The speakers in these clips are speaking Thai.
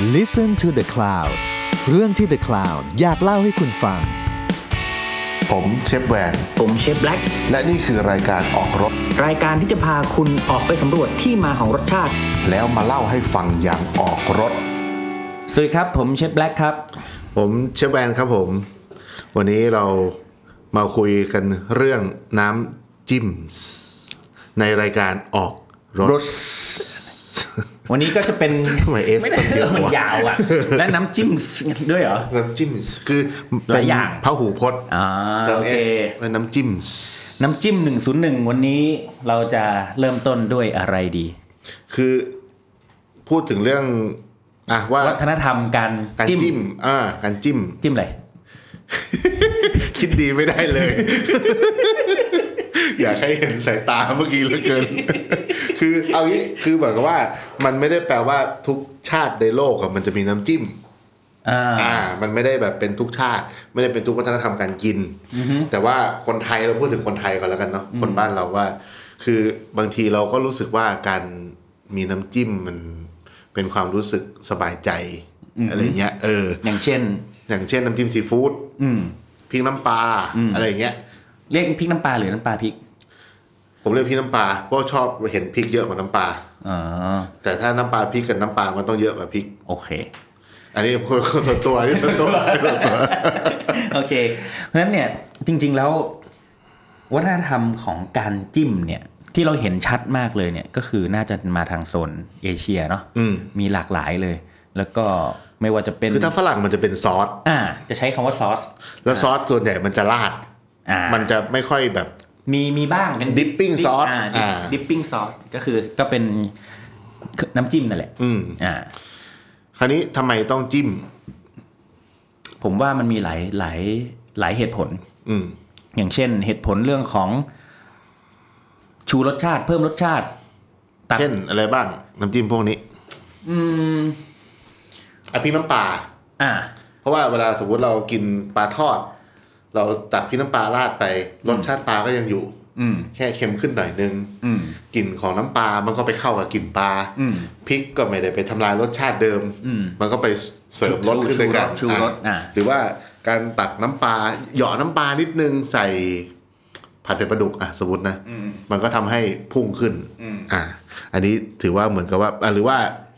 Listen to the Cloud เรื่องที่ The Cloud อยากเล่าให้คุณฟังผมเชฟแวนผมเชฟแบล็กและนี่คือรายการออกรถรายการที่จะพาคุณออกไปสำรวจที่มาของรสชาติแล้วมาเล่าให้ฟังอย่างออกรถสวัสดีครับผมเชฟแบล็กครับผมเชฟแวนครับผมวันนี้เรามาคุยกันเรื่องน้ำจิ้มในรายการออกรถวันนี้ก็จะเป็นไม่ได้มันยาวอ่ะและน้ำจิ้มด้วยเหรอน้ำจิ้มคือเป็นพหูพจน์โอเคน้ำจิ้ม 101วันนี้เราจะเริ่มต้นด้วยอะไรดีคือพูดถึงเรื่องว่าวัฒนธรรมการจิ้มการจิ้มอะไรคิดดีไม่ได้เลย อยากให้เห็นสายตาเมื่อกี้เหลือเกิน คือเอางี้คือแบบว่ามันไม่ได้แปลว่าทุกชาติในโลกมันจะมีน้ำจิ้มมันไม่ได้แบบเป็นทุกชาติไม่ได้เป็นทุกวัฒนธรรมการกินแต่ว่าคนไทยเราพูดถึงคนไทยก่อนแล้วกันเนาะคนบ้านเราว่าคือบางทีเราก็รู้สึกว่าการมีน้ำจิ้มมันเป็นความรู้สึกสบายใจอะไรเงี้ยอย่างเช่นน้ำจิ้มซีฟู้ดพริกน้ำปลาอะไรเงี้ยเรียกพริกน้ำปลาหรือน้ำปลาพริกผมเรียกพริกน้ำปลาเพราะชอบเห็นพริกเยอะกว่าน้ำปลาแต่ถ้าน้ำปลาพริกกับน้ำปลามันต้องเยอะกว่าพริกโอเคอันนี้ส่วนตัวโอเคเพราะฉะนั้นเนี่ยจริงๆแล้ววัฒนธรรมของการจิ้มเนี่ยที่เราเห็นชัดมากเลยเนี่ยก็คือน่าจะมาทางโซนเอเชียเนาะมีหลากหลายเลยแล้วก็ไม่ว่าจะเป็นคือถ้าฝรั่งมันจะเป็นซอสจะใช้คำว่าซอสแล้วซอสส่วนใหญ่มันจะราดมันจะไม่ค่อยแบบมีบ้างเป็นดิปปิ้งซอสดิปปิ้งซอสก็เป็นน้ำจิ้มนั่นแหละคราวนี้ทำไมต้องจิ้มผมว่ามันมีหลายเหตุผลอย่างเช่นเหตุผลเรื่องของชูรสชาติเพิ่มรสชาติเช่นอะไรบ้างน้ำจิ้มพวกนี้พริกน้ำปลาเพราะว่าเวลาสมมติเรากินปลาทอดเราตักพริกน้ำปลาราดไปรสชาติปลาก็ยังอยู่แค่เค็มขึ้นหน่อยนึงกลิ่นของน้ำปลามันก็ไปเข้ากับกลิ่นปลาพริกก็ไม่ได้ไปทำลายรสชาติเดิมมันก็ไปเสริมรสขึ้นด้วยกันหรือว่าการตักน้ำปลาเหยาะน้ำปลานิดนึงใส่ผัดเผ็ดปลาดุกสมมตินะมันก็ทำให้พุ่งขึ้นอันนี้ถือว่าเหมือนกับว่าหรือว่า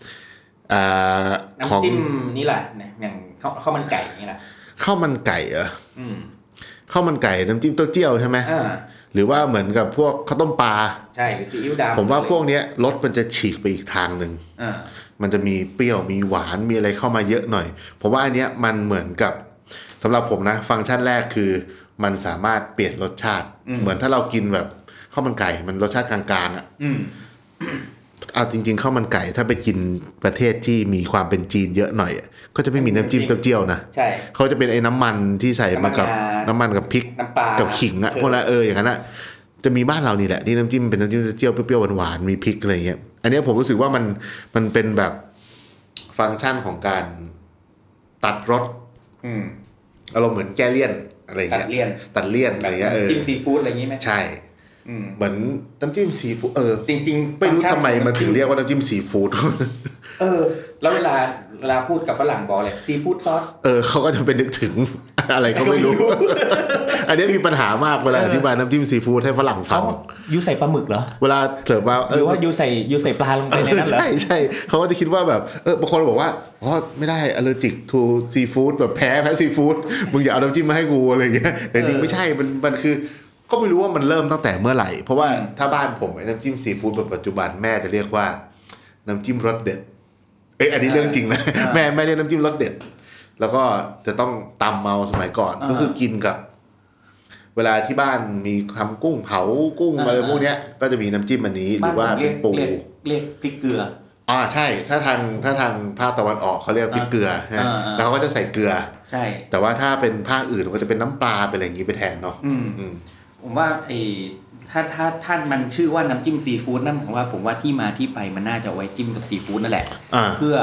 น้ำจิ้มนี่แหละอย่างข้าวมันไก่นี่แหละข้าวมันไก่ข้าวมันไก่น้ำจิ้มเต้าเจี้ยวใช่ไหมหรือว่าเหมือนกับพวกข้าวต้มปลาใช่หรือซีอิ๊วดำผมว่าพวกนี้รสมันจะฉีกไปอีกทางนึงมันจะมีเปรี้ยวมีหวานมีอะไรเข้ามาเยอะหน่อยผมว่าอันเนี้ยมันเหมือนกับสำหรับผมนะฟังก์ชันแรกคือมันสามารถเปลี่ยนรสชาติเหมือนถ้าเรากินแบบข้าวมันไก่มันรสชาติกลางๆเอาจริงๆข้าวมันไก่ถ้าไปกินประเทศที่มีความเป็นจีนเยอะหน่อยก็จะไม่มีน้ำจิ้มเต้าเจี้ยวนะใช่เขาจะเป็นไอ้น้ำมันที่ใส่มากับน้ำมันกับพริกกับขิงพวกนั้นอย่างนั้นจะมีบ้านเรานี่แหละที่น้ำจิ้มเป็นน้ำจิ้มเต้าเจี้ยวเปรี้ยวๆหวานๆมีพริกอะไรเงี้ยอันนี้ผมรู้สึกว่ามันเป็นแบบฟังก์ชันของการตัดรสอารมณ์เหมือนแก้เลี่ยนอะไรเงี้ยตัดเลี่ยนอะไรเงี้ยจิ้มซีฟู้ดอะไรอย่างงี้ไหมใช่เหมือนน้ำจิ้มซีฟู้ดจริงๆไม่รู้ทำไมมันถึงเรียกว่าน้ำจิ้มซีฟู้ดแล้วเวลาพูดกับฝรั่งบอกเลยซีฟู้ดซอสเขาก็จะไปนึกถึงอะไรก็ไม่รู้ อันนี้มีปัญหามากเวลาอธิบายน้ำจิ้มซีฟู้ดให้ฝรั่งฟังยูใส่ปลาหมึกเหรอเวลาเสิร์ฟมาหรือว่ายูใส่ปลาลงไปในนั้นเหรอใช่เขาก็จะคิดว่าแบบบางคนบอกว่าไม่ได้อลเลอร์จิกทูซีฟู้ดแบบแพ้ซีฟู้ดมึงอย่าเอาน้ำจิ้มมาให้กูอะไรอย่างเงี้ยแต่จริงไม่ใช่มันคือก็ไม่รู้ว่ามันเริ่มตั้งแต่เมื่อไหร่เพราะว่าถ้าบ้านผมไอ้น้ำจิ้มซีฟู้ดแบบปัจจุบันแม่จะเรียกว่าน้ำจิ้มรสเด็ดอันนี้เรื่องจริงนะแม่เรียกน้ำจิ้มรสเด็ดแล้วก็จะต้องตำเมาสมัยก่อนก็คือกินกับเวลาที่บ้านมีทำกุ้งเผากุ้งอะไรพวกเนี้ยก็จะมีน้ำจิ้มอันนี้หรือว่าเป็นปูเรียกพริกเกลือใช่ถ้าทางภาคตะวันออกเขาเรียกพริกเกลือแล้วเขาก็จะใส่เกลือใช่แต่ว่าถ้าเป็นภาคอื่นก็จะเป็นน้ำปลาเป็นอะไรอย่างนี้ไปแทนเนาะผมว่าถ้ามันชื่อว่าน้ำจิ้มซีฟู้ดนั่นผมว่าที่มาที่ไปมันน่าจะไว้จิ้มกับซีฟู้ดนั่นแหละเพื่อ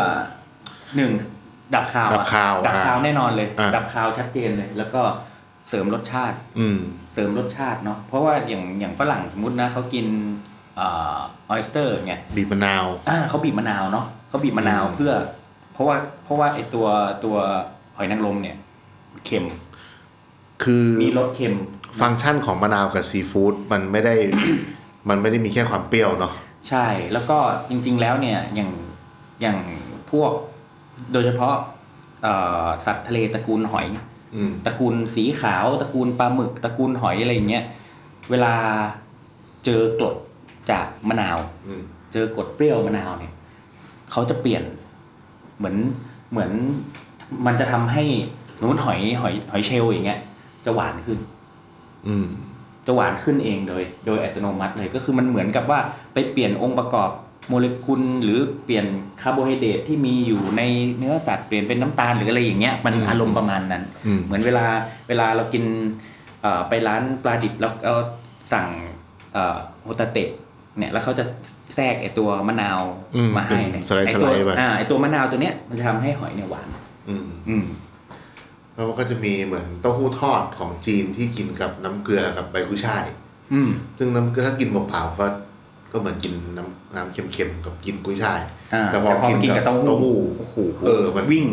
1ดับคาวแน่นอนเลยดับคาวชัดเจนเลยแล้วก็เสริมรสชาติเนาะเพราะว่าอย่างฝรั่งสมมุตินะเขากินออยสเตอร์ไงบีบมะนาวเขาบีบมะนาวเนาะเขาบีบมะนาวเพื่อ เพราะว่าไอตัวหอยนางรมเนี่ยเค็มคือมีรสเค็มฟังก์ชันของมะนาวกับซีฟู้ดมันไม่ได้ มันไม่ได้มีแค่ความเปรี้ยวเนาะใช่แล้วก็จริงๆแล้วเนี่ยอย่างพวกโดยเฉพาะสัตว์ทะเลตระกูลหอยตระกูลสีขาวตระกูลปลาหมึกตระกูลหอยอะไรอย่างเงี้ยเวลาเจอกรดจากมะนาวเจอกรดเปรี้ยวมะนาวเนี่ยเขาจะเปลี่ยนเหมือนมันจะทำให้สมมติหอยเชลล์อย่างเงี้ยจะหวานขึ้นจะหวานขึ้นเองโดยอัตโนมัติเลยก็คือมันเหมือนกับว่าไปเปลี่ยนองค์ประกอบโมเลกุลหรือเปลี่ยนคาร์โบไฮเดรตที่มีอยู่ในเนื้อสัตว์เปลี่ยนเป็นน้ำตาลหรืออะไรอย่างเงี้ยมันอารมณ์ประมาณนั้นเหมือนเวลาเรากินไปร้านปลาดิบแล้วเราสั่งโฮตาเตะเนี่ยแล้วเขาจะแทรกไอตัวมะนาวมาให้เนี่ยไอตัวมะนาวตัวเนี้ยมันจะทำให้หอยเนี่ยหวานแล้วก็จะมีเหมือนเต้าหู้ทอดของจีนที่กินกับน้ำเกลือกับใบกุ้ยช่ายซึ่งน้ำเกลือถ้ากินเปล่าๆก็เหมือนกินน้ำเค็มๆกับกินกุ้ยช่ายแต่พอกินกับเต้าหู้มันวิ่ง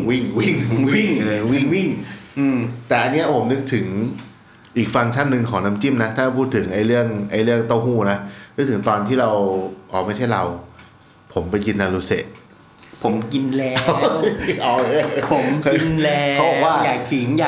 แต่อันเนี้ยผมนึกถึงอีกฟังก์ชันหนึ่งของน้ำจิ้มนะถ้าพูดถึงไอ้เรื่องเต้าหู้นะนึกถึงตอนที่เราไม่ใช่เราผมไปกินนารูเซะผมกินแล้วผมกินแล้วเขาบอกว่าอย่าขิง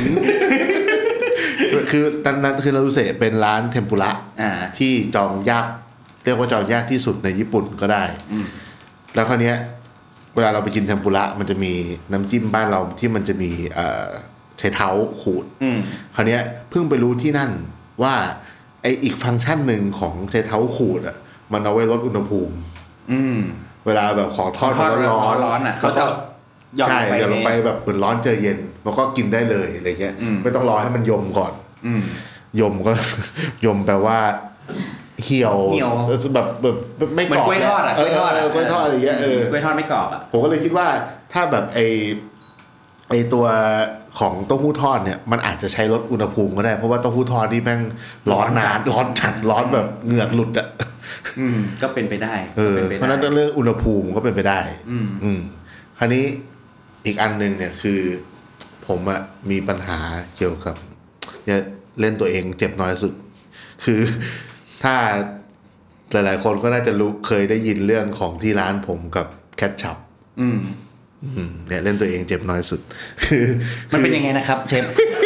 คือตอนนั้นคือนารูเซะเป็นร้านเทมปุระที่จองยากเรียกว่าจองยากที่สุดในญี่ปุ่นก็ได้แล้วคราวเนี้ยเวลาเราไปกินเทมปุระมันจะมีน้ำจิ้มบ้านเราที่มันจะมีใช้เท้าขูดคราวเนี้ยเพิ่งไปรู้ที่นั่นว่าไออีกฟังก์ชันหนึ่งของใช้เท้าขูดอ่ะมันเอาไว้ลดอุณหภูมิเวลาแบบของทอดร้อนอ่ะเขาจะหย่อนลงไปแบบเหมือนร้อนเจอเย็นแล้วก็กินได้เลยอะไรเงี้ยไม่ต้องรอให้มันยมก่อนยมก็ยมแปลว่าเหี่ยวแบบไม่กรอบกล้วยทอดอ่ะกล้วยทอดอะไรเงี้ยกล้วยทอดไม่กรอบอ่ะผมก็เลยคิดว่าถ้าแบบไอตัวของเต้าหู้ทอดเนี่ยมันอาจจะใช้ลดอุณหภูมิก็ได้เพราะว่าเต้าหู้ทอดนี่แม่งร้อนนานร้อนจัดร้อนแบบเหงือกหลุดอ่ะก็เป็นไปได้เพราะนั้นเรื่องอุณหภูมิก็เป็นไปได้คราวนี้อีกอันนึงเนี่ยคือผมอะมีปัญหาเกี่ยวกับเนี่ยเล่นตัวเองเจ็บน้อยสุดคือถ้าหลายๆคนก็น่าจะรู้เคยได้ยินเรื่องของที่ร้านผมกับแคทชัพเนี่ยเล่นตัวเองเจ็บน้อยสุดคือมันเป็นยังไงนะครับเชฟ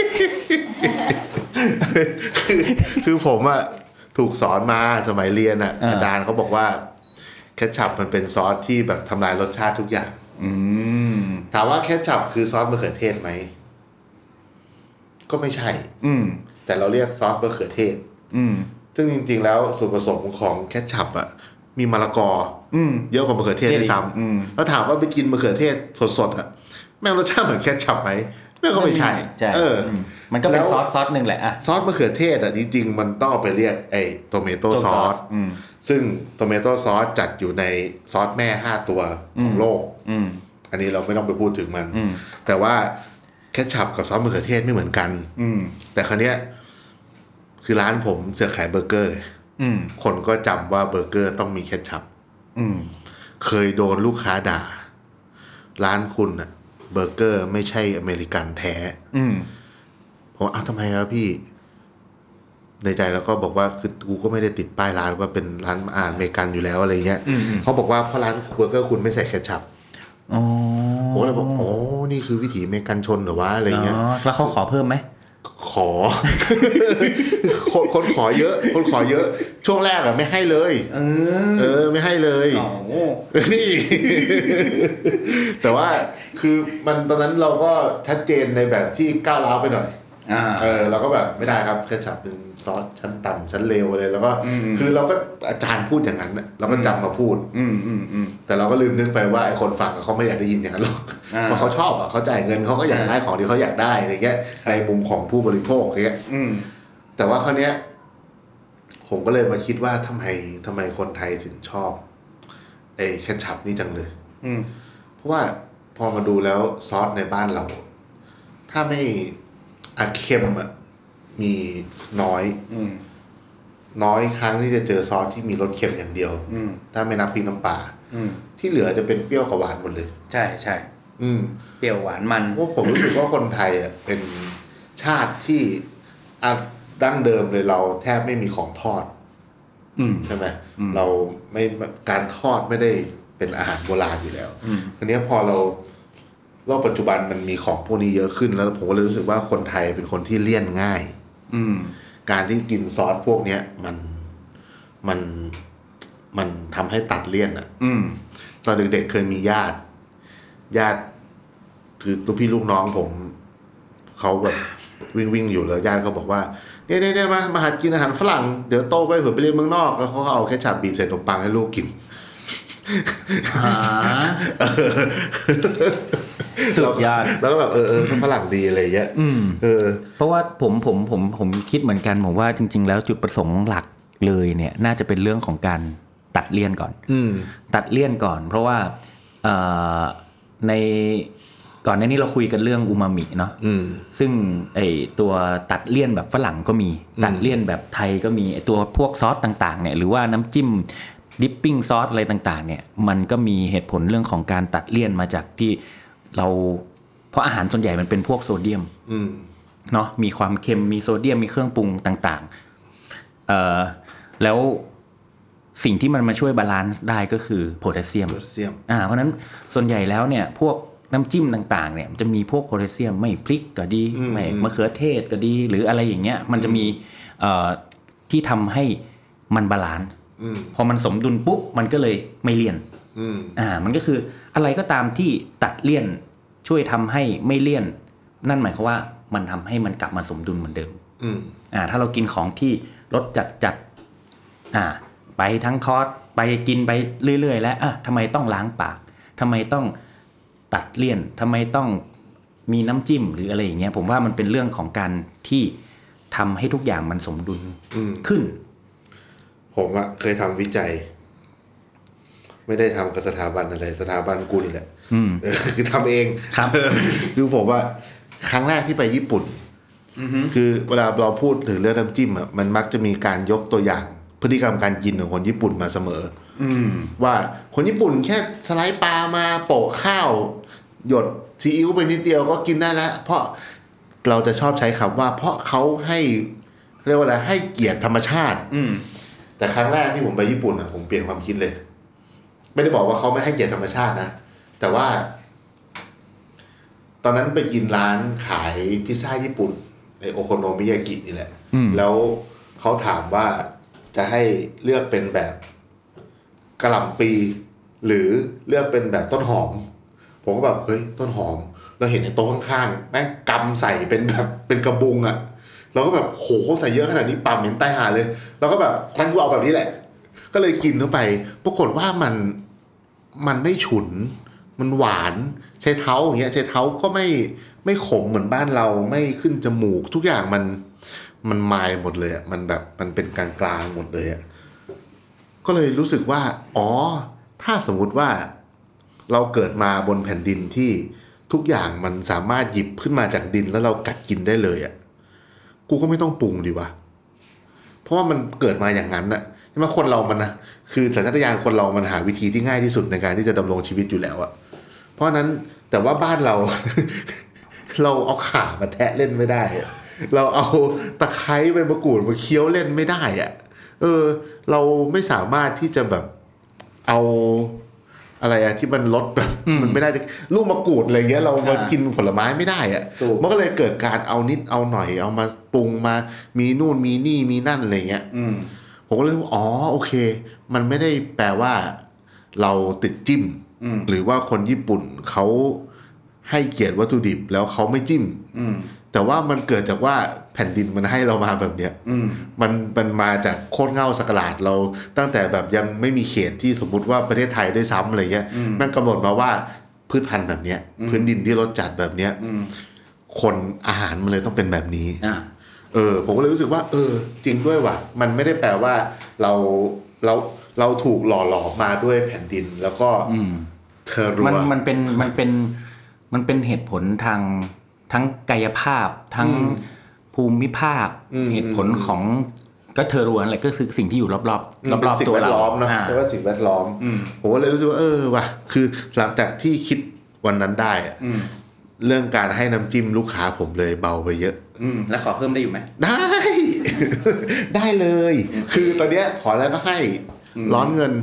คือผมอะถูกสอนมาสมัยเรียนอ่ะอาจารย์เขาบอกว่าแคทชัพมันเป็นซอสที่แบบทำลายรสชาติทุกอย่างถามว่าแคทชัพคือซอสมะเขือเทศไหมก็ไม่ใช่แต่เราเรียกซอสมะเขือเทศซึ่งจริงๆแล้วส่วนผสมของแคทชัพอ่ะมีมะละกอเยอะกว่ามะเขือเทศด้วยซ้ำแล้วถามว่าไปกินมะเขือเทศสดๆอ่ะแม่งรสชาติเหมือนแคทชัพไหมแม่งก็ไม่ใช่มันก็เป็นซอสหนึ่งแหละซอสมะเขือเทศอ่ะจริงๆมันต้องไปเรียกไอ้โตเมโต้ซอสซึ่งโตเมโต้ซอสจัดอยู่ในซอสแม่5ตัวของโลกอันนี้เราไม่ต้องไปพูดถึงมันแต่ว่าแคทชัพกับซอสมะเขือเทศไม่เหมือนกันแต่คราวเนี้ยคือร้านผมเสือกขายเบอร์เกอร์คนก็จำว่าเบอร์เกอร์ต้องมีแคทชัพเคยโดนลูกค้าด่าร้านคุณอะเบอร์เกอร์ไม่ใช่อเมริกันแท้ผมทำไมครับพี่ในใจแล้วก็บอกว่าคือกูก็ไม่ได้ติดป้ายร้านว่าเป็นร้านอเมริกันอยู่แล้วอะไรเงี้ยเขาบอกว่าเพราะร้านเบอร์เกอร์คุณไม่ใส่แคทชัพผมเลยบอกโอ้นี่คือวิถีอเมริกันชนเหรอวะอะไรเงี้ยแล้วเขาขอเพิ่มไหมขอ คนขอเยอะคนขอเยอะช่วงแรกอะไม่ให้เลยไม่ให้เลยแต่ว่าคือมันตอนนั้นเราก็ชัดเจนในแบบที่ก้าวร้าวไปหน่อยเราก็แบบไม่ได้ครับแค่ฉับเป็นซอสชั้นต่ำชั้นเลวอะไรแล้วก็คือเราก็อาจารย์พูดอย่างนั้นเราก็จำมาพูดแต่เราก็ลืมนึกไปว่าไอ้คนฟังเขาไม่อยากได้ยินอย่างนั้นหรอกเพราะเขาชอบอ่ะเขาจ่ายเงินเขาก็อยากได้ของที่เขาอยากได้อะไรเงี้ยในมุมของผู้บริโภคเงี้ยแต่ว่าคราวเนี้ยผมก็เลยมาคิดว่าทำไมคนไทยถึงชอบไอ้แคทชัพนี่จังเลยเพราะว่าพอมาดูแล้วซอสในบ้านเราถ้าไม่เค็มอ่ะมีน้อยครั้งที่จะเจอซอสที่มีรสเค็มอย่างเดียวถ้าไม่นับพริกน้ำปลาที่เหลือจะเป็นเปรี้ยวกับหวานหมดเลยใช่ใช่เปรี้ยวหวานมันว่าผมรู้สึกว่าคนไทยอ่ะเป็นชาติที่ดั้งเดิมเลยเราแทบไม่มีของทอดใช่ไหมเราไม่การทอดไม่ได้เป็นอาหารโบราณอยู่แล้วทีนี้พอโลกปัจจุบันมันมีของพวกนี้เยอะขึ้นแล้วผมก็เลยรู้สึกว่าคนไทยเป็นคนที่เลี่ยนง่ายการที่กินซอสพวกเนี้ยมันทำให้ตัดเลี่ยนอ่ะตอนเด็กๆเคยมีญาติคือลูกพี่ลูกน้องผมเขาแบบวิ่งอยู่แล้วญาติเขาบอกว่าเนี่ยมาหัดกินอาหารฝรั่งเดี๋ยวโตไปเผื่อไปเรียนเมืองนอกแล้วเขาเอาแค่ฉาบบีบใส่ขนมปังให้ลูกกินสุดยอดแล้วก็แบบฝรั่งดีอะไรเงี้ยเพราะว่าผมคิดเหมือนกันผมว่าจริงๆแล้วจุดประสงค์หลักเลยเนี่ยน่าจะเป็นเรื่องของการตัดเลี่ยนก่อนตัดเลี่ยนก่อนเพราะว่าในก่อนหน้านี้เราคุยกันเรื่องอูมามิเนาะซึ่งไอตัวตัดเลี่ยนแบบฝรั่งก็มีตัดเลี่ยนแบบไทยก็มีไอตัวพวกซอสต่างๆเนี่ยหรือว่าน้ำจิ้มดิปปิ้งซอสอะไรต่างๆเนี่ยมันก็มีเหตุผลเรื่องของการตัดเลี่ยนมาจากที่เราเพราะอาหารส่วนใหญ่มันเป็นพวกโซเดียมเนาะมีความเค็มมีโซเดียมมีเครื่องปรุงต่างๆแล้วสิ่งที่มันมาช่วยบาลานซ์ได้ก็คือโพแทสเซียมเพราะนั้นส่วนใหญ่แล้วเนี่ยพวกน้ำจิ้มต่างๆเนี่ยจะมีพวกโพแทสเซียมไม่พริกก็ดีไม่มะเขือเทศก็ดีหรืออะไรอย่างเงี้ยมันจะมีที่ทำให้มันบาลานซ์พอมันสมดุลปุ๊บมันก็เลยไม่เลี่ยนมันก็คืออะไรก็ตามที่ตัดเลี่ยนช่วยทำให้ไม่เลี่ยนนั่นหมายความว่ามันทำให้มันกลับมาสมดุลเหมือนเดิมถ้าเรากินของที่รสจัดไปทั้งคอร์สไปกินไปเรื่อยๆแล้วทำไมต้องล้างปากทำไมต้องตัดเลี่ยนทำไมต้องมีน้ำจิ้มหรืออะไรอย่างเงี้ยผมว่ามันเป็นเรื่องของการที่ทำให้ทุกอย่างมันสมดุลขึ้นผมเคยทำวิจัยไม่ได้ทำกับสถาบันอะไรสถาบันกูนี่แหละคือทำเองครับคือผมว่าครั้งแรกที่ไปญี่ปุ่นคือเวลาเราพูดถึงเรื่องน้ำจิ้มมันมักจะมีการยกตัวอย่างพฤติกรรมการกินของคนญี่ปุ่นมาเสมอว่าคนญี่ปุ่นแค่สไลด์ปลามาโปะข้าวหยดซีอิ๊วไปนิดเดียวก็กินได้แล้วเพราะเราจะชอบใช้คำว่าเพราะเขาให้เรียกว่าอะไรให้เกียรติธรรมชาติแต่ครั้งแรกที่ผมไปญี่ปุ่นผมเปลี่ยนความคิดเลยไม่ได้บอกว่าเขาไม่ให้เกียรติธรรมชาตินะแต่ว่าตอนนั้นไปกินร้านขายพิซซ่าญี่ปุ่นในโอโคโนมิยากินี่แหละแล้วเขาถามว่าจะให้เลือกเป็นแบบกะหล่ำปีหรือเลือกเป็นแบบต้นหอมผมก็แบบเฮ้ยต้นหอมเราเห็นในโต๊ะข้างๆแม่งกำใส่เป็นแบบเป็นกระบุงเราก็แบบโหใส่เยอะขนาดนี้ปั๊มเหม็นใต้หาเลยเราก็แบบนั่นกูเอาแบบนี้แหละก็เลยกินเข้าไปปรากฏว่ามันไม่ฉุนมันหวานใช้เท้าอย่างเงี้ยใช้เท้าก็ไม่ขมเหมือนบ้านเราไม่ขึ้นจมูกทุกอย่างมันมายหมดเลยมันแบบมันเป็นกลางๆหมดเลยก็เลยรู้สึกว่าถ้าสมมุติว่าเราเกิดมาบนแผ่นดินที่ทุกอย่างมันสามารถหยิบขึ้นมาจากดินแล้วเรากัดกินได้เลยกูก็ไม่ต้องปรุงดีวะเพราะว่ามันเกิดมาอย่างนั้นใช่ไหมคนเรามันนะคือสัญชาตญาณคนเรามันหาวิธีที่ง่ายที่สุดในการที่จะดำรงชีวิตอยู่แล้วเพราะนั้นแต่ว่าบ้านเรา เราเอาข่ามาแทะเล่นไม่ได้เราเอาตะไคร้ใบมะกรูดมาเคี้ยวเล่นไม่ได้เราไม่สามารถที่จะแบบเอาอะไรที่มันลดแบบมันไม่ได้ลูกมะกรูดอะไรเงี้ยเรามากินผลไม้ไม่ได้มันก็เลยเกิดการเอานิดเอาหน่อยเอามาปรุงมามีนู่นมีนี่มีนั่นอะไรเงี้ยผมก็เลยว่าโอเคมันไม่ได้แปลว่าเราติดจิ้มหรือว่าคนญี่ปุ่นเขาให้เกียรติวัตถุดิบแล้วเขาไม่จิ้มแต่ว่ามันเกิดจากว่าแผ่นดินมันให้เรามาแบบเนี้ยมันมาจากโคตรเง่าสักหลาดเราตั้งแต่แบบยังไม่มีเขตที่สมมุติว่าประเทศไทยได้ซ้ำอะไรเงี้ยมันกำหนดมาว่าพืชพันธุ์แบบเนี้ยพื้นดินที่รสจัดแบบเนี้ยคนอาหารมันเลยต้องเป็นแบบนี้ผมก็เลยรู้สึกว่าจริงด้วยว่ะมันไม่ได้แปลว่าเราถูกหล่อหลอมมาด้วยแผ่นดินแล้วก็เธอรู้มันเป็นเหตุผลทางทั้งกายภาพทั้งภูมิภาคเหตุผลของก็เธอรู้อะไรก็คือสิ่งที่อยู่รอบตัวเราเรียกว่าสิ่งแวดล้อมผมก็เลยรู้สึกว่าว่ะคือหลังจากที่คิดวันนั้นได้เรื่องการให้น้ำจิ้มลูกค้าผมเลยเบาไปเยอะแล้วขอเพิ่มได้อยู่ไหมได้ ได้เลยคือตอนเนี้ยขอแล้วก็ให้ร้อนเงิน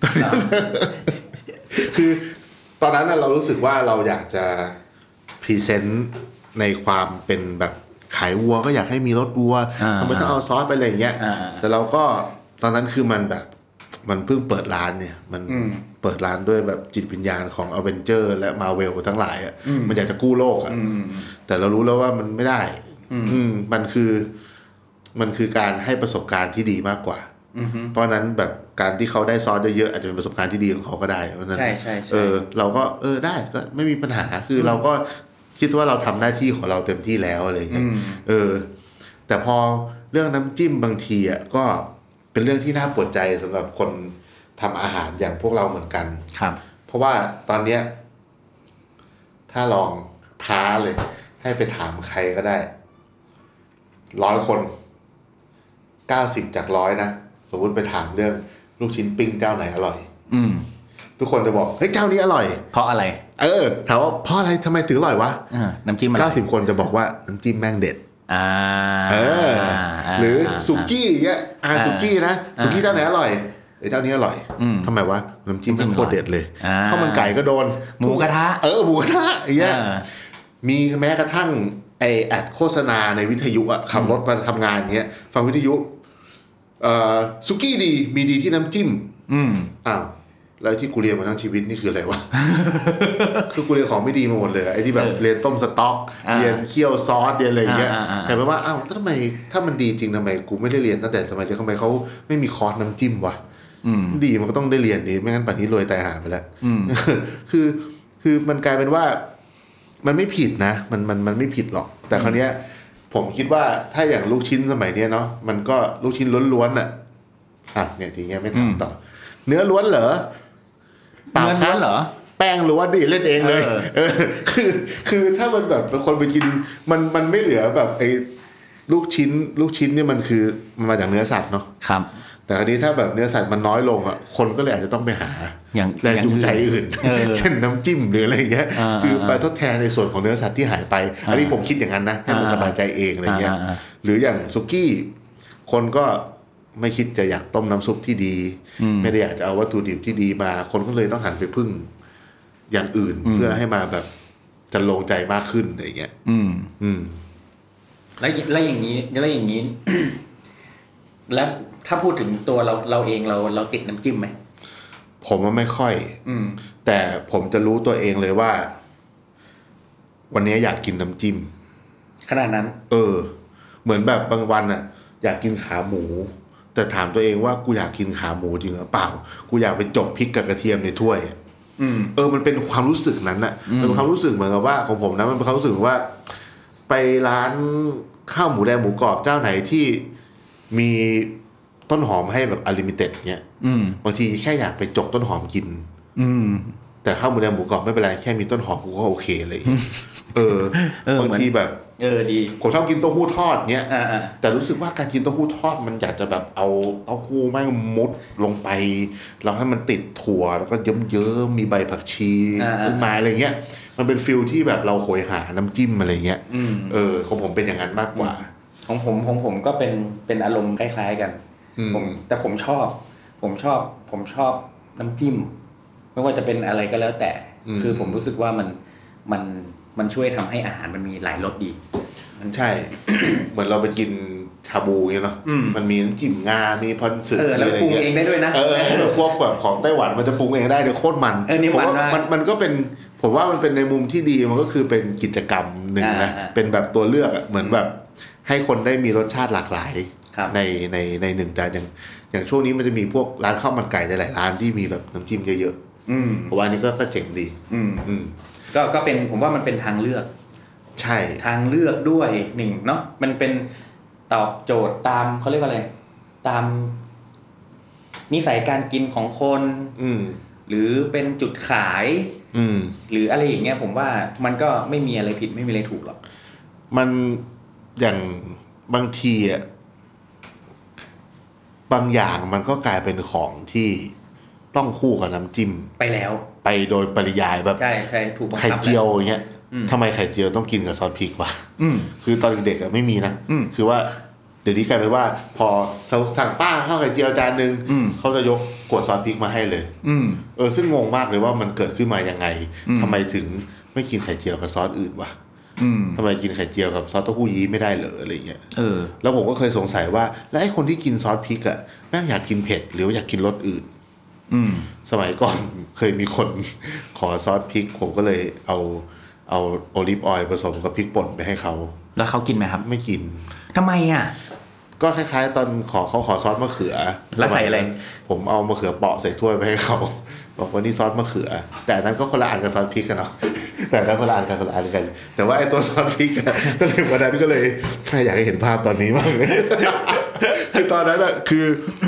คือตอนนั้นเรารู้สึกว่าเราอยากจะพรีเซนต์ในความเป็นแบบขายวัวก็อยากให้มีรสวัวทำไมต้องเอาซอสไปอะไรอย่างเงี้ยแต่เราก็ตอนนั้นคือมันแบบมันเพิ่งเปิดร้านเนี่ยมันเปิดร้านด้วยแบบจิตวิญญาณของอเวนเจอร์และมาเวลทั้งหลายอ่ะมันอยากจะกู้โลกอ่ะแต่เรารู้แล้วว่ามันไม่ได้มันคือการให้ประสบการณ์ที่ดีมากกว่าเพราะนั้นแบบการที่เขาได้ซอสเยอะๆอาจจะเป็นประสบการณ์ที่ดีของเขาก็ได้เพราะนั้นใช่เราก็ได้ก็ไม่มีปัญหาคือเราก็คิดว่าเราทำหน้าที่ของเราเต็มที่แล้วอะไรอย่างเงี้ยแต่พอเรื่องน้ำจิ้มบางทีอ่ะก็เป็นเรื่องที่น่าปวดใจสำหรับคนทำอาหารอย่างพวกเราเหมือนกันครับเพราะว่าตอนเนี้ยถ้าลองท้าเลยให้ไปถามใครก็ได้100 คน90 จาก 100นะสมมติไปถามเรื่องลูกชิ้นปิ้งเจ้าไหนอร่อยทุกคนจะบอกเฮ้ยเจ้านี้อร่อยเพราะอะไรถามว่าเพราะอะไรทำไมถึงอร่อยวะน้ำจิ้ม 90 คนจะบอกว่าน้ำจิ้มแม่งเด็ดหรือสุกี้เงี้ยสุกี้นะสุกี้เจ้าไหนอร่อยเจ้านี้อร่อยทำไมวะน้ำจิ้มมันโคตรเด็ดเลยข้าวมันไก่ก็โดนหมูกระทะหมูกระทะอย่างเงี้ยมีแม้กระทั่งแอดโฆษณาในวิทยุอ่ะขับรถมาทำงานเงี้ยฟังวิทยุสุกี้ดีมีดีที่น้ำจิ้มอ้าวแล้วที่กูเรียนมาทั้งชีวิตนี่คืออะไรวะ คือกูเรียนของไม่ดีมาหมดเลยไอ้ที่แบบเรียนต้มสต๊อกเรียนเคี่ยวซอสเรียนอะไรอย่างเงี้ยแต่แปลว่าอ้าวทำไมถ้ามันดีจริงทำไมกูไม่ได้เรียนตั้งแต่สมัยเรียนทำไมเขาไม่มีคอร์สน้ำจิ้มวะดีมันก็ต้องได้เรียนดิไม่งั้นป่านนี้รวยตายหาไปแล้วคือมันกลายเป็นว่ามันไม่ผิดนะมันไม่ผิดหรอกแต่คราวเนี้ยผมคิดว่าถ้าอย่างลูกชิ้นสมัยนี้เนาะมันก็ลูกชิ้นล้วนๆอ่ะเนี่ยทีเงี้ยไม่ถามต่อเนื้อล้วนเหรอเนื้อล้วนเหรอแป้งล้วนดิเล่นเองเลยคือถ้ามันแบบเป็นคนไปกินมันไม่เหลือแบบไอ้ลูกชิ้นเนี่ยมันคือมันมาจากเนื้อสัตว์เนาะครับแต่อันนี้ถ้าแบบเนื้อสัตว์มันน้อยลงอ่ะคนก็เลยอาจจะต้องไปหาแรงจูงใจอื่นเช่นน้ำจิ้มหรืออะไรอย่างเงี้ยคือไปทดแทนในส่วนของเนื้อสัตว์ที่หายไปอันนี้ผมคิดอย่างนั้นนะให้มันสบายใจเองอะไรเงี้ยหรืออย่างสุกี้คนก็ไม่คิดจะอยากต้มน้ำซุปที่ดีไม่ได้อยากจะเอาวัตถุดิบที่ดีมาคนก็เลยต้องหันไปพึ่งอย่างอื่นเพื่อให้มาแบบจะลงใจมากขึ้นอะไรเงี้ยแล้วอย่างนี้แล้วถ้าพูดถึงตัวเราเองเราติดน้ำจิ้มไหมผมว่าไม่ค่อยแต่ผมจะรู้ตัวเองเลยว่าวันนี้อยากกินน้ำจิ้มขนาดนั้นเหมือนแบบบางวันน่ะอยากกินขาหมูแต่ถามตัวเองว่ากูอยากกินขาหมูจริงหรือเปล่ากูอยากไปจกพริกกับกระเทียมในถ้วยมันเป็นความรู้สึกนั้นน่ะมันเป็นความรู้สึกเหมือนกับว่าของผมนะมันเป็นความรู้สึกว่าไปร้านข้าวหมูแดงหมูกรอบเจ้าไหนที่มีต้นหอมให้แบบอลิมิเต็ดเงี้ยบางทีแค่อยากไปจกต้นหอมกินแต่ข้าวหมูแดงหมูกรอบไม่เป็นไรแค่มีต้นหอมกูก็โอเคเลยบางทีแบบดีผมชอบกินเต้าหู้ทอดเงี้ยแต่รู้สึกว่าการกินเต้าหู้ทอดมันอยากจะแบบเอาเต้าหู้แม่งมุดลงไปแล้วให้มันติดถั่วแล้วก็เยิ้มๆมีใบผักชีขึ้นมาอะไรเงี้ยมันเป็นฟิลที่แบบเราโหยหาน้ำจิ้มอะไรเงี้ยของผมเป็นอย่างนั้นมากกว่าของผมก็เป็นอารมณ์คล้ายๆกันแต่ผมชอบน้ำจิ้มไม่ว่าจะเป็นอะไรก็แล้วแต่คือผมรู้สึกว่ามันช่วยทำให้อาหารมันมีหลายรสดีมันใช่ เหมือนเราไปกินชาบูเนาะมันมีน้ำจิ้มงามีพอนสึแล้วปรุงเองได้ด้วยนะพวกแบบของไต้หวันมันจะปรุงเองได้โคตรมันมันก็เป็นผมว่ามันเป็นในมุมที่ดีมันก็คือเป็นกิจกรรมหนึ่งนะเป็นแบบตัวเลือกเหมือนแบบให้คนได้มีรสชาติหลากหลายในหนึ่งจานอย่างช่วงนี้มันจะมีพวกร้านข้าวมันไก่หลายร้านที่มีแบบน้ำจิ้มเยอะๆผมว่านี่ก็เจ๋งดีก็เป็นผมว่ามันเป็นทางเลือกใช่ทางเลือกด้วยหนึ่งเนาะมันเป็นตอบโจทย์ตามเขาเรียกว่าอะไรตามนิสัยการกินของคนหรือเป็นจุดขายหรืออะไรอย่างเงี้ยผมว่ามันก็ไม่มีอะไรผิดไม่มีอะไรถูกหรอกมันอย่างบางทีอ่ะบางอย่างมันก็กลายเป็นของที่ต้องคู่กับน้ำจิ้มไปแล้วไปโดยปริยายแบบใช่ใช่ถูกบังคับไข่เจียวอย่างเงี้ยทำไมไข่เจียวต้องกินกับซอสพริกวะคือตอนเด็กๆไม่มีนะคือว่าเดี๋ยวนี้กลายเป็นว่าพอสั่งป้าข้าวไข่เจียวจานนึงเขาจะยกขวดซอสพริกมาให้เลยซึ่งงงมากเลยว่ามันเกิดขึ้นมายังไงทำไมถึงไม่กินไข่เจียวกับซอสอื่นวะทำไมกินไข่เจียวกับซอสเต้าหู้ยี้ไม่ได้เหรออะไรเงี้ยแล้วผมก็เคยสงสัยว่าแล้วไอ้คนที่กินซอสพริกอ่ะแม่งอยากกินเผ็ดหรืออยากกินรสอื่นสมัยก่อนเคยมีคนขอซอสพริกผมก็เลยเอาโอลิฟออยล์ผสมกับพริกป่นไปให้เขาแล้วเขากินไหมครับไม่กินทำไมอ่ะก็คล้ายๆตอนเขาขอซอสมะเขือแล้วใส่อะไรผมเอามะเขือเปาะใส่ถ้วยไปให้เขาบอกว่านี่ซอสมะเขือแต่นั้นก็คนละอันกับซอสพริกกันเนาะแต่นั้นคนละอันกันแต่ว่าไอ้ตัวซอสพริกก็เลยวันนั้นก็เลยอยากให้เห็นภาพตอนนี้มากเลยคือตอนนั้นอะคือ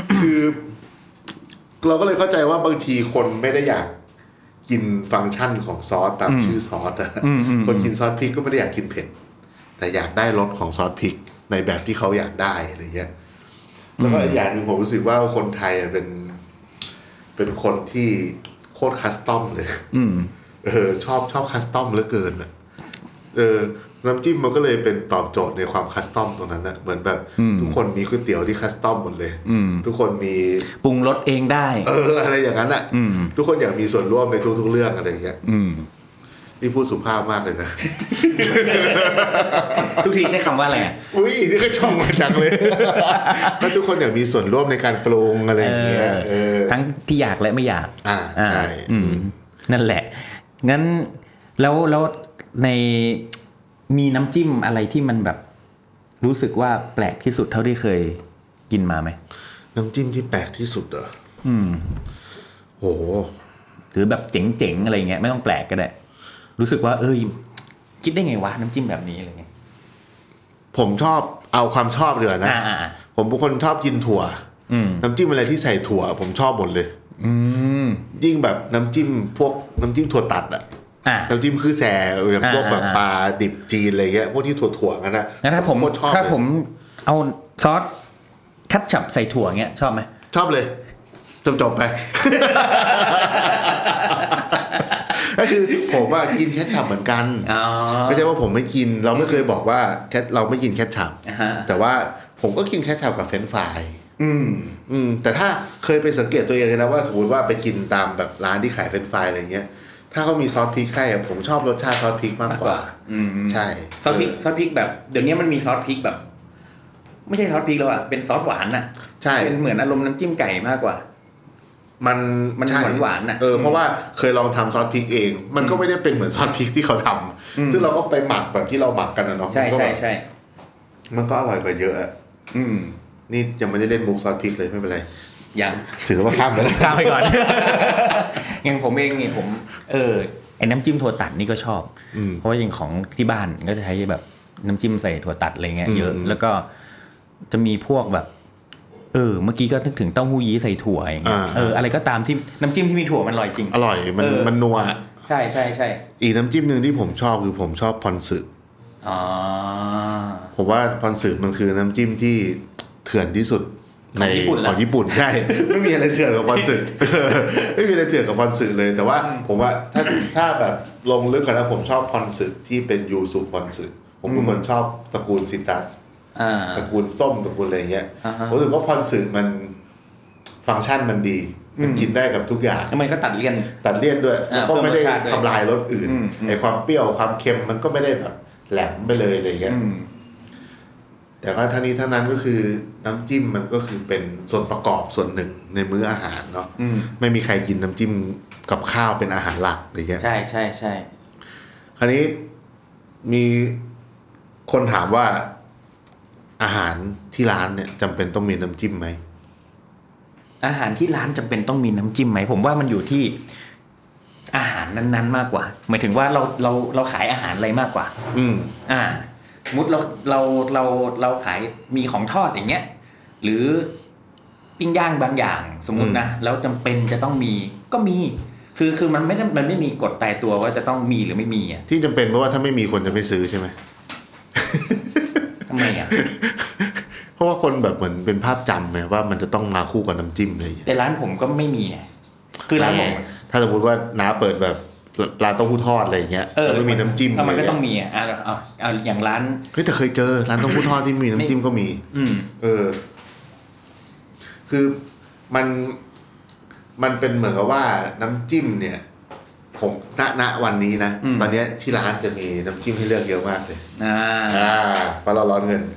เราก็เลยเข้าใจว่าบางทีคนไม่ได้อยากกินฟังก์ชันของซอสตามชื่อซอสอะคนกินซอสพริกก็ไม่ได้อยากกินเผ็ดแต่อยากได้รสของซอสพริกในแบบที่เขาอยากได้อะไรเงี้ยแล้วก็อีกอย่างนึงผมรู้สึกว่าคนไทยเป็นคนที่โคตรคัสตอมเลยชอบคัสตอมเหลือเกินอ่ะน้ำจิ้มมันก็เลยเป็นตอบโจทย์ในความคัสตอมตรงนั้นนะเหมือนแบบทุกคนมีก๋วยเตี๋ยวที่คัสตอมหมดเลยทุกคนมีปรุงรสเองได้อะไรอย่างนั้นอ่ะทุกคนอยากมีส่วนร่วมในทุกๆเรื่องอะไรอย่างเงี้ยนี่พูดสุภาพมากเลยนะทุกทีใช้คำว่าอะไรอุ้ยนี่ก็ชมมาจังเลยถ้าทุกคนอยากมีส่วนร่วมในการปรุงอะไรอย่างเงี้ยทั้งที่อยากและไม่อยากใช่นั่นแหละงั้นแล้วในมีน้ำจิ้มอะไรที่มันแบบรู้สึกว่าแปลกที่สุดเท่าที่เคยกินมาไหมน้ำจิ้มที่แปลกที่สุดเหรอโหหรือแบบเจ๋งๆอะไรเงี้ยไม่ต้องแปลกก็ได้รู้สึกว่าคิดได้ไงวะน้ำจิ้มแบบนี้อะไรเงี้ยผมชอบเอาความชอบดีกว่านะผมเป็นคนชอบกินถั่วน้ำจิ้มอะไรที่ใส่ถั่วผมชอบหมดเลยยิ่งแบบน้ำจิ้มพวกน้ำจิ้มถั่วตัดอะน้ำจิ้มคือแซ่อย่างพวกแบบปลาดิบจีนอะไรเงี้ยพวกที่ถั่วๆกันนะถ้าผมเอาซอสคัตฉับใส่ถั่วเงี้ยชอบไหมชอบเลยจบไปก็คือผมว่ากินแคทชัพเหมือนกันไม่ใช่ว่าผมไม่กินเราไม่เคยบอกว่าเราไม่กินแคทชัพแต่ว่าผมก็กินแคทชัพกับเฟรนช์ฟรายแต่ถ้าเคยไปสังเกตตัวเองเลยนะว่าสมมติว่าไปกินตามแบบร้านที่ขายเฟรนช์ฟรายอะไรเงี้ยถ้าเขามีซอสพริกให้ผมชอบรสชาติซอสพริกมากกว่าใช่ซอสพริกแบบเดี๋ยวนี้มันมีซอสพริกแบบไม่ใช่ซอสพริกแล้วอ่ะเป็นซอสหวานน่ะใช่เป็นเหมือนอารมณ์น้ำจิ้มไก่มากกว่ามันหวานน่ะเพราะว่าเคยลองทำซอสพริกเองมันก็ไม่ได้เป็นเหมือนซอสพริกที่เขาทำซึ่งเราก็ไปหมักแบบที่เราหมักกันนะเนาะใช่มันก็อร่อยกว่าเยอะอ่ะนี่ยังไม่ได้เล่นมุกซอสพริกเลยไม่เป็นไรยังถือว่าข้ามไปแล้วข้ามไปก่อนอย่างผมเองนี่ผมไอ้น้ำจิ้มถั่วตัดนี่ก็ชอบเพราะว่าอย่างของที่บ้านก็จะใช้แบบน้ำจิ้มใส่ถั่วตัดอะไรเงี้ยเยอะแล้วก็จะมีพวกแบบเมื่อกี้ก็นึกถึงเต้าหู้ยี้ใส่ถั่วอย่างเงี้ยอะไรก็ตามที่น้ำจิ้มที่มีถั่วมันอร่อยจริงอร่อยมันนัวใช่อีกน้ำจิ้มนึงที่ผมชอบคือผมชอบพอนสึผมว่าพอนสึมันคือน้ำจิ้มที่เถื่อนที่สุดในของญี่ปุ่นใช่ไม่มีอะไรเถื่อนกับพอนสึไม่มีอะไรเถื่อนกับพอนสึเลยแต่ว่าผมว่าถ้าแบบลงลึกกว่านั้นผมชอบพอนสึที่เป็นยูสุพอนสึผมเป็นคนชอบตระกูลซิตัสตระกูลส้มตระกูลอะไรเงี้ยผมรู้สึกว่าพอนสึมันฟังก์ชันมันดีมันกินได้กับทุกอย่างมันก็ตัดเลี่ยนด้วยแล้วก็ไม่ได้ทำลายรสอื่นไอความเปรี้ยวความเค็มมันก็ไม่ได้แบบแหลมไปเลยอะไรเงี้ยแต่ว่าทั้งนี้ทั้งนั้นก็คือน้ำจิ้มมันก็คือเป็นส่วนประกอบส่วนหนึ่งในมื้ออาหารเนาะไม่มีใครกินน้ำจิ้มกับข้าวเป็นอาหารหลักอะไรเงี้ยใช่คราวนี้มีคนถามว่าอาหารที่ร้านเนี่ยจำเป็นต้องมีน้ำจิ้มไหมอาหารที่ร้านจำเป็นต้องมีน้ำจิ้มไหมผมว่ามันอยู่ที่อาหารนั้นๆมากกว่าหมายถึงว่าเราขายอาหารอะไรมากกว่าสมมติเราขายมีของทอดอย่างเงี้ยหรือปิ้งย่างบางอย่างสมมุตินะแล้วจำเป็นจะต้องมีก็มีคือมันไม่มีกฎตายตัวว่าจะต้องมีหรือไม่มีอ่ะที่จำเป็นเพราะว่าถ้าไม่มีคนจะไม่ซื้อใช่ไหมทำไมอ่ะเพราะว่าคนแบบเหมือนเป็นภาพจำไงว่ามันจะต้องมาคู่กับน้ำจิ้มอะไรอย่างเงี้ยแต่ร้านผมก็ไม่มีคือร้านผมถ้าสมมติว่าน้าเปิดแบบร้านเต้าหู้ทอดอะไรอย่างเงี้ยแล้วไม่มีน้ำจิ้มมันก็ต้องมีเอาอย่างร้านเฮ้ยแต่เคยเจอร้านเต้าหู้ทอดที่มีน้ำจิ้มก็มีคือมันเป็นเหมือนกับว่าน้ำจิ้มเนี่ยผมณวันนี้นะตอนนี้ที่ร้านจะมีน้ำจิ้มให้เลือกเยอะมากเลยเพราะเราร้อนเงิน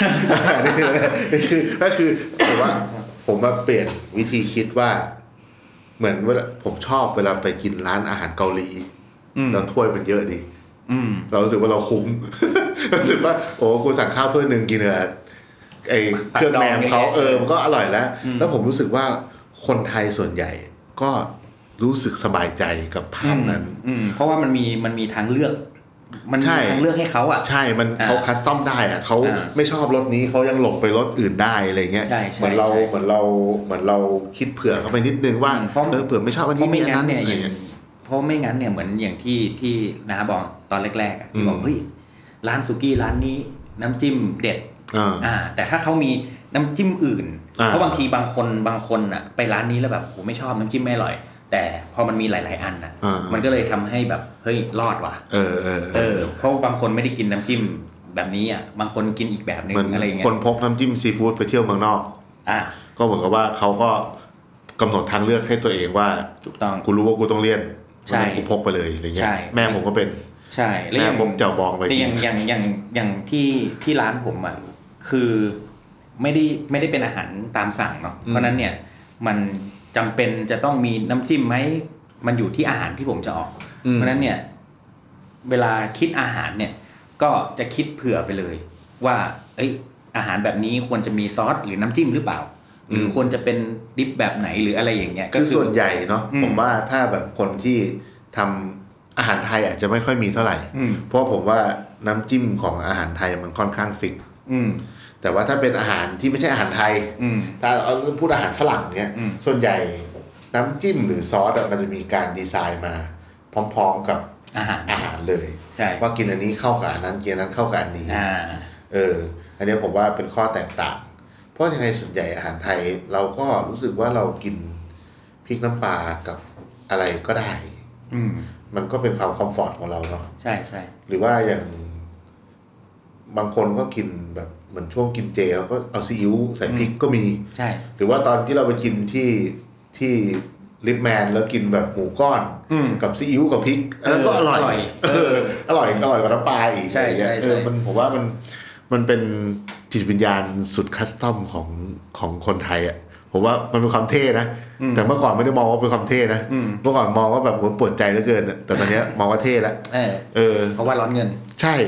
ก็คือผมมาเปลี่ยนวิธีคิดว่าเหมือนว่าผมชอบเวลาไปกินร้านอาหารเกาหลีแล้วถ้วยมันเยอะดีเรารู้สึกว่าเราคุ้มรู้สึกว่าโอ้กูสั่งข้าวถ้วยนึงกินไอ้เครื่องแหนมเขามันก็อร่อยแล้วผมรู้สึกว่าคนไทยส่วนใหญ่ก็รู้สึกสบายใจกับภาพนั้นเพราะว่ามันมีทางเลือกมันมีทางเลือกให้เขาอ่ะใช่มันเขาคัสตอมได้อ่ะเขาไม่ชอบรสนี้เขายังหลงไปรสอื่นได้อะไรเงี้ยเหมือนเราคิดเผื่อเขาไปนิดนึงว่าเผื่อไม่ชอบอันนี้ไม่งั้นเนี่ยเพราะไม่งั้นเนี่ยเหมือนอย่างที่น้าบอกตอนแรกๆอ่ะบอกเฮ้ยร้านสุกี้ร้านนี้น้ำจิ้มเด็ดแต่ถ้าเขามีน้ำจิ้มอื่นเพราะบางทีบางคนอ่ะไปร้านนี้แล้วแบบโหไม่ชอบน้ำจิ้มไม่อร่อยแต่พอมันมีหลายๆอันน่ะมันก็เลยทำให้แบบเฮ้ยรอดว่ะเพราะบางคนไม่ได้กินน้ำจิ้มแบบนี้อ่ะบางคนกินอีกแบบนึงอะไรอย่างเงี้ยคนพกน้ำจิ้มซีฟู้ดไปเที่ยวเมืองนอกก็เหมือนกับว่าเขาก็กำหนดทางเลือกให้ตัวเองว่าถูกต้องกูรู้ว่ากูต้องเลี่ยนกูพกไปเลยอะไรเงี้ยแม่ผมก็เป็นใช่แม่ผมเจ้าบองไปอย่างที่ร้านผมอ่ะคือไม่ได้เป็นอาหารตามสั่งเนาะเพราะนั้นเนี่ยมันจำเป็นจะต้องมีน้ำจิ้มไหมมันอยู่ที่อาหารที่ผมจะออกเพราะนั้นเนี่ยเวลาคิดอาหารเนี่ยก็จะคิดเผื่อไปเลยว่าอาหารแบบนี้ควรจะมีซอสหรือน้ำจิ้มหรือเปล่าหรือควรจะเป็นดิปแบบไหนหรืออะไรอย่างเงี้ยคือส่วนใหญ่เนาะผมว่าถ้าแบบคนที่ทำอาหารไทยอาจจะไม่ค่อยมีเท่าไหร่เพราะผมว่าน้ำจิ้มของอาหารไทยมันค่อนข้างฟิกแต่ว่าถ้าเป็นอาหารที่ไม่ใช่อาหารไทยถ้าเอาพูดอาหารฝรั่งเนี้ยส่วนใหญ่น้ำจิ้มหรือซอสมันจะมีการดีไซน์มาพร้อมๆกับอาหารเลยว่ากินอันนี้เข้ากับอันนั้นกินอันนั้นเข้ากับอันนี้อันนี้ผมว่าเป็นข้อแตกต่างเพราะยังไงส่วนใหญ่อาหารไทยเราก็รู้สึกว่าเรากินพริกน้ำปลากับอะไรก็ได้มันก็เป็นความคอมฟอร์ตของเราเนาะใช่ใช่หรือว่าอย่างบางคนก็กินแบบเหมือนช่วงกินเจเขาก็เอาซีอิ๊วใส่พริกก็มีใช่หรือว่าตอนที่เราไปกินที่ลิปแมนแล้วกินแบบหมูก้อนกับซีอิ๊วกับพริกแล้วก็อร่อยอร่อยกว่าน้ำปลาอีกใช่ใช่มันผมว่ามันเป็นจิตวิญญาณสุดคัสตอมของคนไทยอ่ะผมว่ามันเป็นความเท่นะแต่เมื่อก่อนไม่ได้มองว่าเป็นความเท่นะเมื่อก่อนมองว่าแบบปวดใจเหลือเกินแต่ตอนนี้มองว่าเท่แล้วเพราะว่าร้อนเงินใช่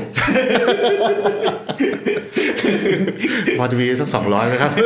พอจะมีสัก200ไหมครับ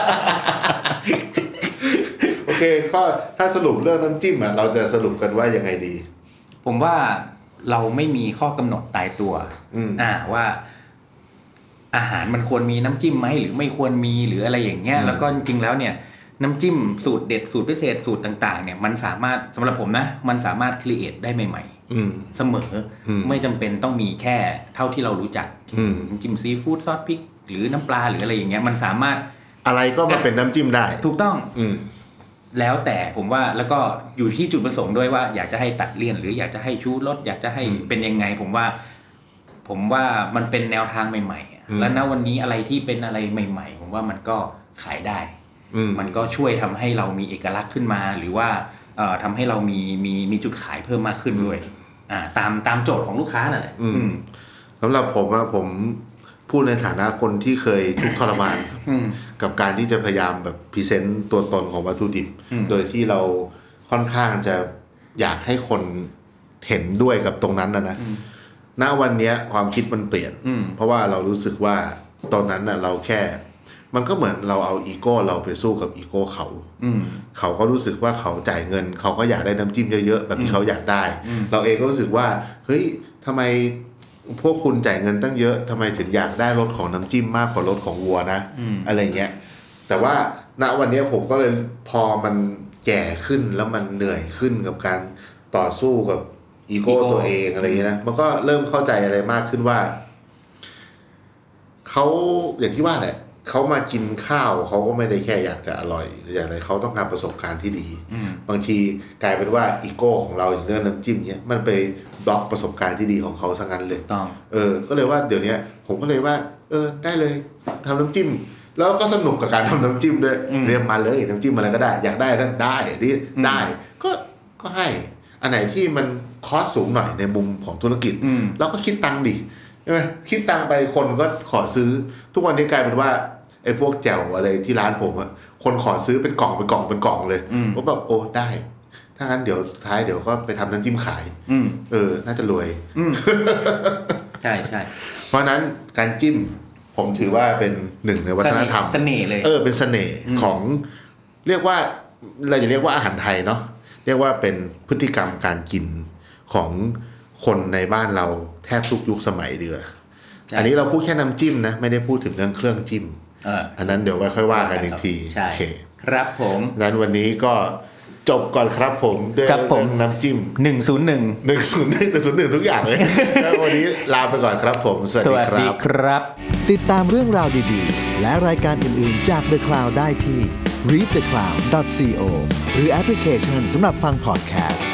โอเคก็ถ้าสรุปเรื่องน้ำจิ้มเราจะสรุปกันว่ายังไงดีผมว่าเราไม่มีข้อกำหนดตายตัวว่าอาหารมันควรมีน้ำจิ้มไหมหรือไม่ควรมีหรืออะไรอย่างเงี้ยแล้วก็จริงๆแล้วเนี่ยน้ำจิ้มสูตรเด็ดสูตรพิเศษสูตรต่างๆเนี่ยมันสามารถสำหรับผมนะมันสามารถครีเอทได้ใหม่ๆเสมอไม่จำเป็นต้องมีแค่เท่าที่เรารู้จักน้ำจิ้มซีฟู้ดซอสพริกหรือน้ำปลาหรืออะไรอย่างเงี้ยมันสามารถอะไรก็มาเป็นน้ำจิ้มได้ถูกต้องแล้วแต่ผมว่าแล้วก็อยู่ที่จุดประสงค์ด้วยว่าอยากจะให้ตัดเลี่ยนหรืออยากจะให้ชูรสอยากจะให้เป็นยังไงผมว่ามันเป็นแนวทางใหม่ๆแล้วณวันนี้อะไรที่เป็นอะไรใหม่ๆผมว่ามันก็ขายได้มันก็ช่วยทำให้เรามีเอกลักษณ์ขึ้นมาหรือว่าทำให้เรามีจุดขายเพิ่มมากขึ้นด้วยตามโจทย์ของลูกค้านั่นแหละสำหรับผมพูดในฐานะคนที่เคยทุกข์ทรมานกับการที่จะพยายามแบบพรีเซนต์ตัวตนของวัตถุดิบโดยที่เราค่อนข้างจะอยากให้คนเห็นด้วยกับตรงนั้นนะณวันนี้ความคิดมันเปลี่ยนเพราะว่าเรารู้สึกว่าตอนนั้นเราแค่มันก็เหมือนเราเอาอีโก้เราไปสู้กับอีโก้เขาก็รู้สึกว่าเขาจ่ายเงินเขาก็อยากได้น้ำจิ้มเยอะๆแบบที่เขาอยากได้เราเองก็รู้สึกว่าเฮ้ยทำไมพวกคุณจ่ายเงินตั้งเยอะทำไมถึงอยากได้รสของน้ำจิ้มมากกว่ารสของวัวนะอะไรเงี้ยแต่ว่าณวันนี้ผมก็เลยพอมันแก่ขึ้นแล้วมันเหนื่อยขึ้นกับการต่อสู้กับอีโก้ตัวเองอะไรเงี้ยนะมันก็เริ่มเข้าใจอะไรมากขึ้นว่าเขาอย่างที่ว่าแหละเขามากินข้าวเขาก็ไม่ได้แค่อยากจะอร่อยหรืออย่างไรเขาต้องการประสบการณ์ที่ดีบางทีกลายเป็นว่าอีโก้ของเราอย่างเรื่องน้ำจิ้มเนี้ยมันไปบล็อกประสบการณ์ที่ดีของเขาซะงั้นเลยก็เลยว่าเดี๋ยวนี้ผมก็เลยว่าได้เลยทำน้ำจิ้มแล้วก็สนุกกับการทำน้ำจิ้มด้วยเรียนมาเลยน้ำจิ้มอะไรก็ได้อยากได้นั่นได้ที่ได้ก็ให้อันไหนที่มันคอสสูงหน่อยในมุมของธุรกิจเราก็คิดตังค์ดิใช่ไหมคิดตังค์ไปคนก็ขอซื้อทุกวันนี้กลายเป็นว่าไอ้พวกแจ่วอะไรที่ร้านผมอะคนขอซื้อเป็นกล่องเลยก็แบบโอ้ได้ถ้างั้นเดี๋ยวสุดท้ายเดี๋ยวก็ไปทำน้ำจิ้มขายน่าจะรวยใช่ใช่เพราะนั้นการจิ้มผมถือว่าเป็นหนึ่งในวัฒนธรรมเสน่ห์เลยเป็นเสน่ห์ของเรียกว่าเราจะเรียกว่าอาหารไทยเนาะเรียกว่าเป็นพฤติกรรมการกินของคนในบ้านเราแทบทุกยุคสมัยเดืออันนี้เราพูดแค่น้ำจิ้มนะไม่ได้พูดถึงเรื่องเครื่องจิ้มอันนั้นเดี๋ยวไว้ค่อยว่ากันอีกทีโอเคครับผมงั้นวันนี้ก็จบก่อนครับผมด้วยน้ำจิ้ม101ทุกอย่างเลยแล้ววันนี้ลาไปก่อนครับผมสวัสดีครับติดตามเรื่องราวดีๆและรายการอื่นๆจาก The Cloud ได้ที่ readthecloud.co หรือแอปพลิเคชันสำหรับฟังพอดแคสต์